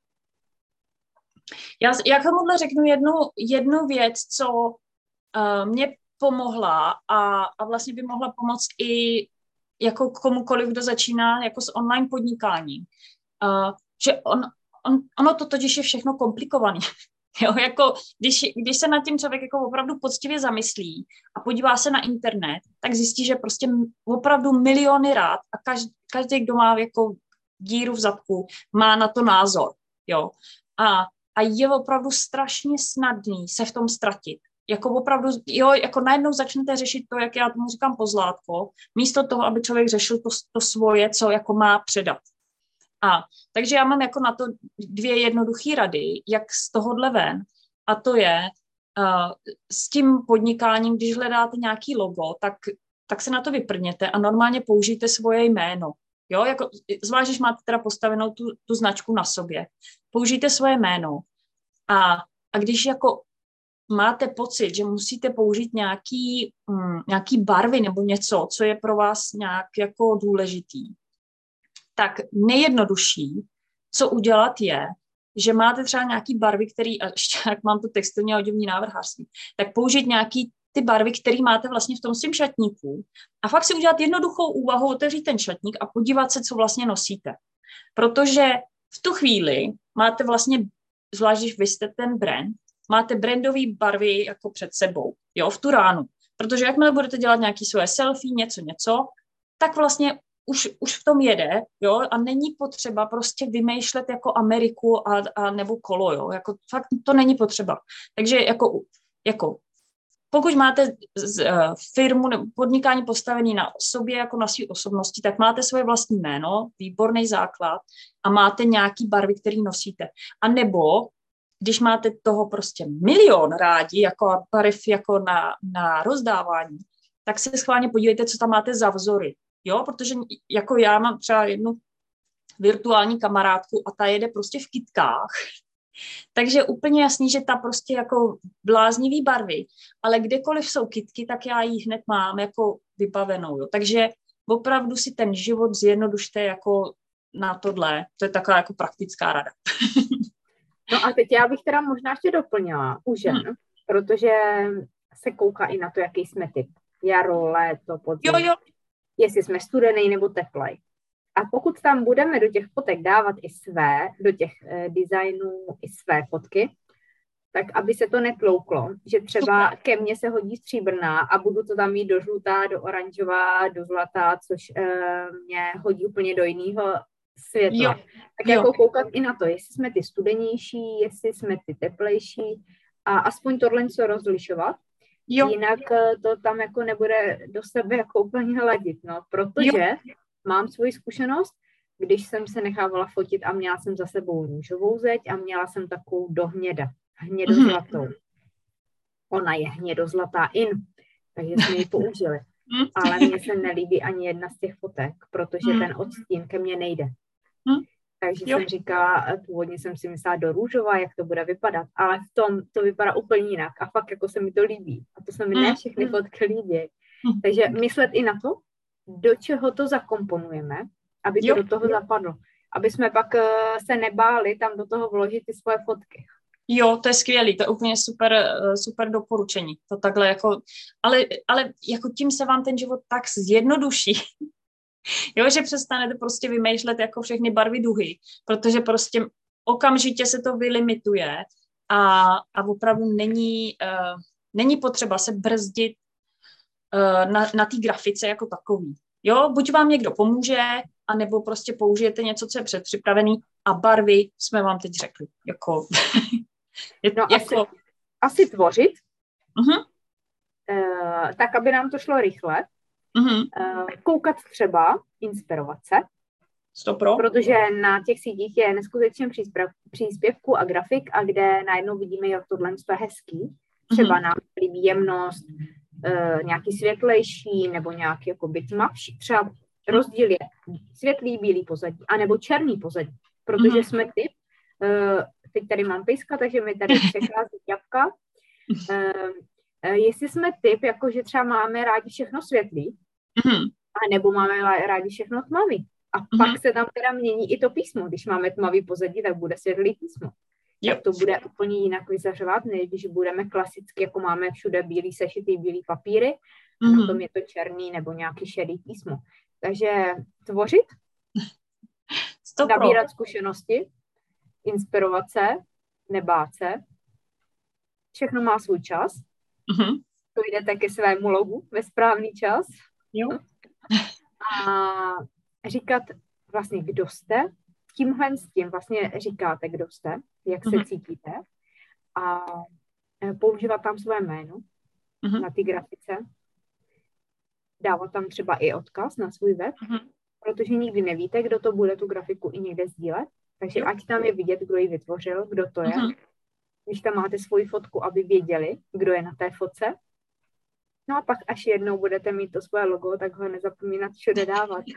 Já tomuhle řeknu jednu věc, co mě pomohla a vlastně by mohla pomoct i jako komukoliv, kdo začíná jako s online podnikáním. Že ono to totiž je všechno komplikované. Jo, jako když se nad tím člověk jako opravdu poctivě zamyslí a podívá se na internet, tak zjistí, že prostě opravdu miliony rád a každý, kdo má jako díru v zadku, má na to názor. Jo. A je opravdu strašně snadný se v tom ztratit. Jako opravdu, jo, jako najednou začnete řešit to, jak já tomu říkám pozlátko, místo toho, aby člověk řešil to svoje, co jako má předat. Takže já mám jako na to 2 jednoduché rady, jak z tohohle ven, a to je s tím podnikáním, když hledáte nějaký logo, tak se na to vyprdněte a normálně použijte svoje jméno. Jo, jako, zvlášť, když máte teda postavenou tu značku na sobě. Použijte svoje jméno a když jako máte pocit, že musíte použít nějaký barvy nebo něco, co je pro vás nějak jako důležitý, tak nejjednodušší, co udělat je, že máte třeba nějaký barvy, který, a ještě jak mám to textilní a oděvní návrhářství, tak použít nějaký ty barvy, které máte vlastně v tom svém šatníku a fakt si udělat jednoduchou úvahu, otevřít ten šatník a podívat se, co vlastně nosíte. Protože v tu chvíli máte vlastně, zvlášť když vy jste ten brand, máte brandové barvy jako před sebou, jo, v tu ránu. Protože jakmile budete dělat nějaké svoje selfie, něco, tak vlastně už v tom jede, jo, a není potřeba prostě vymýšlet jako Ameriku a nebo kolo, jo, jako fakt to není potřeba. Takže jako pokud máte firmu nebo podnikání postavený na sobě, jako na své osobnosti, tak máte svoje vlastní jméno, výborný základ a máte nějaký barvy, který nosíte. A nebo když máte toho prostě milion rádi, jako barev jako na rozdávání, tak se schválně podívejte, co tam máte za vzory. Jo, protože jako já mám třeba jednu virtuální kamarádku a ta jede prostě v kytkách. Takže je úplně jasný, že ta prostě jako bláznivý barvy, ale kdekoliv jsou kytky, tak já ji hned mám jako vybavenou. Jo. Takže opravdu si ten život zjednodušte jako na tohle. To je taková jako praktická rada. No a teď já bych teda možná ještě doplnila u žen, protože se kouká i na to, jaký jsme typ. Jaro, léto, podzim. Jo. Jestli jsme studený nebo teplej. A pokud tam budeme do těch fotek dávat do těch designů i své fotky, tak aby se to netlouklo, že třeba ke mně se hodí stříbrná a budu to tam mít do žlutá, do oranžová, do zlatá, což mě hodí úplně do jiného světla. Tak jako koukat i na to, jestli jsme ty studenější, jestli jsme ty teplejší a aspoň tohle co rozlišovat. Jinak to tam jako nebude do sebe jako úplně ladit, no, protože mám svoji zkušenost, když jsem se nechávala fotit a měla jsem za sebou růžovou zeď a měla jsem takovou do hnědozlatou. Ona je hnědozlatá takže jsme ji použili. Ale mně se nelíbí ani jedna z těch fotek, protože ten odstín ke mně nejde. Takže jsem říkala, původně jsem si myslela do růžova, jak to bude vypadat, ale v tom to vypadá úplně jinak a fakt jako se mi to líbí. A to se mi ne všechny fotky líbí. Takže myslet i na to, do čeho to zakomponujeme, aby to do toho zapadlo. Aby jsme pak se nebáli tam do toho vložit ty svoje fotky. Jo, to je skvělý, to je úplně super doporučení. To takhle jako, ale jako tím se vám ten život tak zjednoduší, jo, že přestanete prostě vymýšlet jako všechny barvy duhy, protože prostě okamžitě se to vylimituje a opravdu není potřeba se brzdit na té grafice jako takový. Jo, buď vám někdo pomůže, anebo prostě použijete něco, co je předpřipravený a barvy jsme vám teď řekli. Jako, asi tvořit, tak, aby nám to šlo rychle. Koukat třeba, inspirovat se, protože na těch sítích je neskutečně příspěvků a grafik a kde najednou vidíme, jak tohle je hezký. Třeba nám líbí jemnost, nějaký světlejší nebo nějaký jakoby tmavší. Třeba rozdíl je světlý, bílý pozadí, anebo černý pozadí, protože jsme typ, teď tady mám pejska, takže mi tady přechází ťapka, jestli jsme typ, jakože třeba máme rádi všechno světlý, a nebo máme rádi všechno tmavý. A pak se tam teda mění i to písmo. Když máme tmavý pozadí, tak bude světlý písmo. Tak to bude úplně jinak vyzařovat, než když budeme klasicky, jako máme všude bílý sešitý, bílý papíry, a na tom je to černý nebo nějaký šedý písmo. Takže tvořit, nabírat zkušenosti, inspirovat se, nebát se všechno má svůj čas. To jdete ke svému logu ve správný čas. Jo. A říkat vlastně, kdo jste. Tímhle s tím vlastně říkáte, kdo jste, jak se cítíte. A používat tam své jméno na té grafice. Dávat tam třeba i odkaz na svůj web, protože nikdy nevíte, kdo to bude tu grafiku i někde sdílet. Takže ať tam je vidět, kdo ji vytvořil, kdo to je. Když tam máte svoji fotku, aby věděli, kdo je na té fotce. No a pak až jednou budete mít to svoje logo, tak ho nezapomínat všude dávat.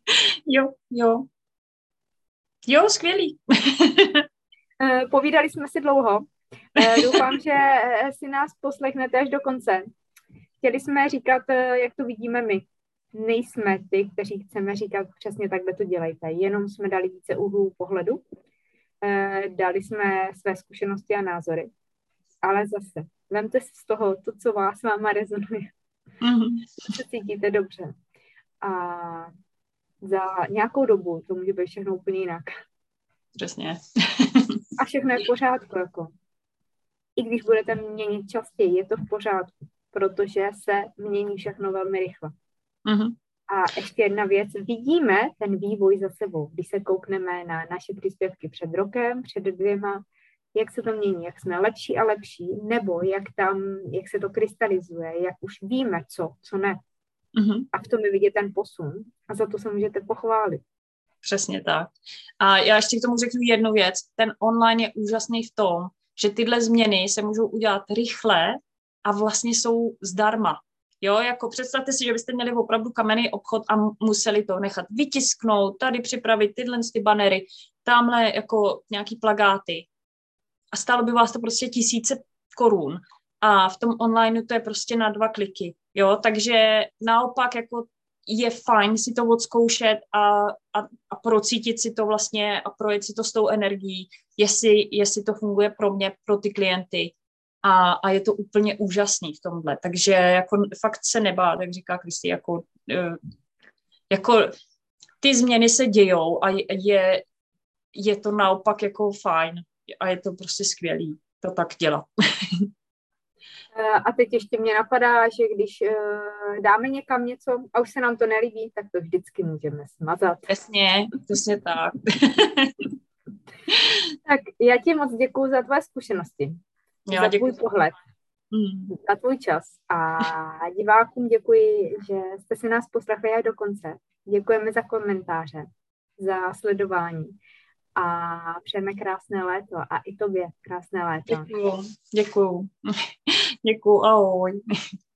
Jo, skvělý. Povídali jsme si dlouho. Doufám, že si nás poslechnete až do konce. Chtěli jsme říkat, jak to vidíme my. Nejsme ty, kteří chceme říkat přesně takhle to dělejte. Jenom jsme dali více úhlů pohledu. Dali jsme své zkušenosti a názory. Ale zase, vemte si z toho to, co s váma rezonuje. Se cítíte dobře. A za nějakou dobu to může být všechno úplně jinak. Přesně. A všechno je v pořádku. Jako. I když budete měnit častěji, je to v pořádku, protože se mění všechno velmi rychle. A ještě jedna věc. Vidíme ten vývoj za sebou. Když se koukneme na naše příspěvky před rokem, před 2, jak se to mění, jak jsme lepší a lepší, nebo jak se to krystalizuje, jak už víme, co ne. A v tom je vidět ten posun a za to se můžete pochválit. Přesně tak. A já ještě k tomu řeknu jednu věc. Ten online je úžasný v tom, že tyhle změny se můžou udělat rychle a vlastně jsou zdarma. Jo, jako představte si, že byste měli opravdu kamenný obchod a museli to nechat vytisknout, tady připravit tyhle ty banery, tamhle jako nějaký plakáty. A stálo by vás to prostě 1000 korun. A v tom online to je prostě na 2 kliky. Jo, takže naopak jako je fajn si to odzkoušet a procítit si to vlastně a projet si to s tou energií, jestli to funguje pro mě, pro ty klienty. A je to úplně úžasný v tomhle. Takže jako fakt se nebát, jak říká Kristý, jako ty změny se dějou a je to naopak jako fajn a je to prostě skvělý to tak dělat. A teď ještě mě napadá, že když dáme někam něco a už se nám to nelíbí, tak to vždycky můžeme smazat. Přesně tak. Tak já ti moc děkuju za tvoje zkušenosti, za tvůj pohled, za tvůj čas a divákům děkuji, že jste si nás poslechli až do konce. Děkujeme za komentáře, za sledování a přejeme krásné léto a i tobě krásné léto. Děkuju. Ahoj.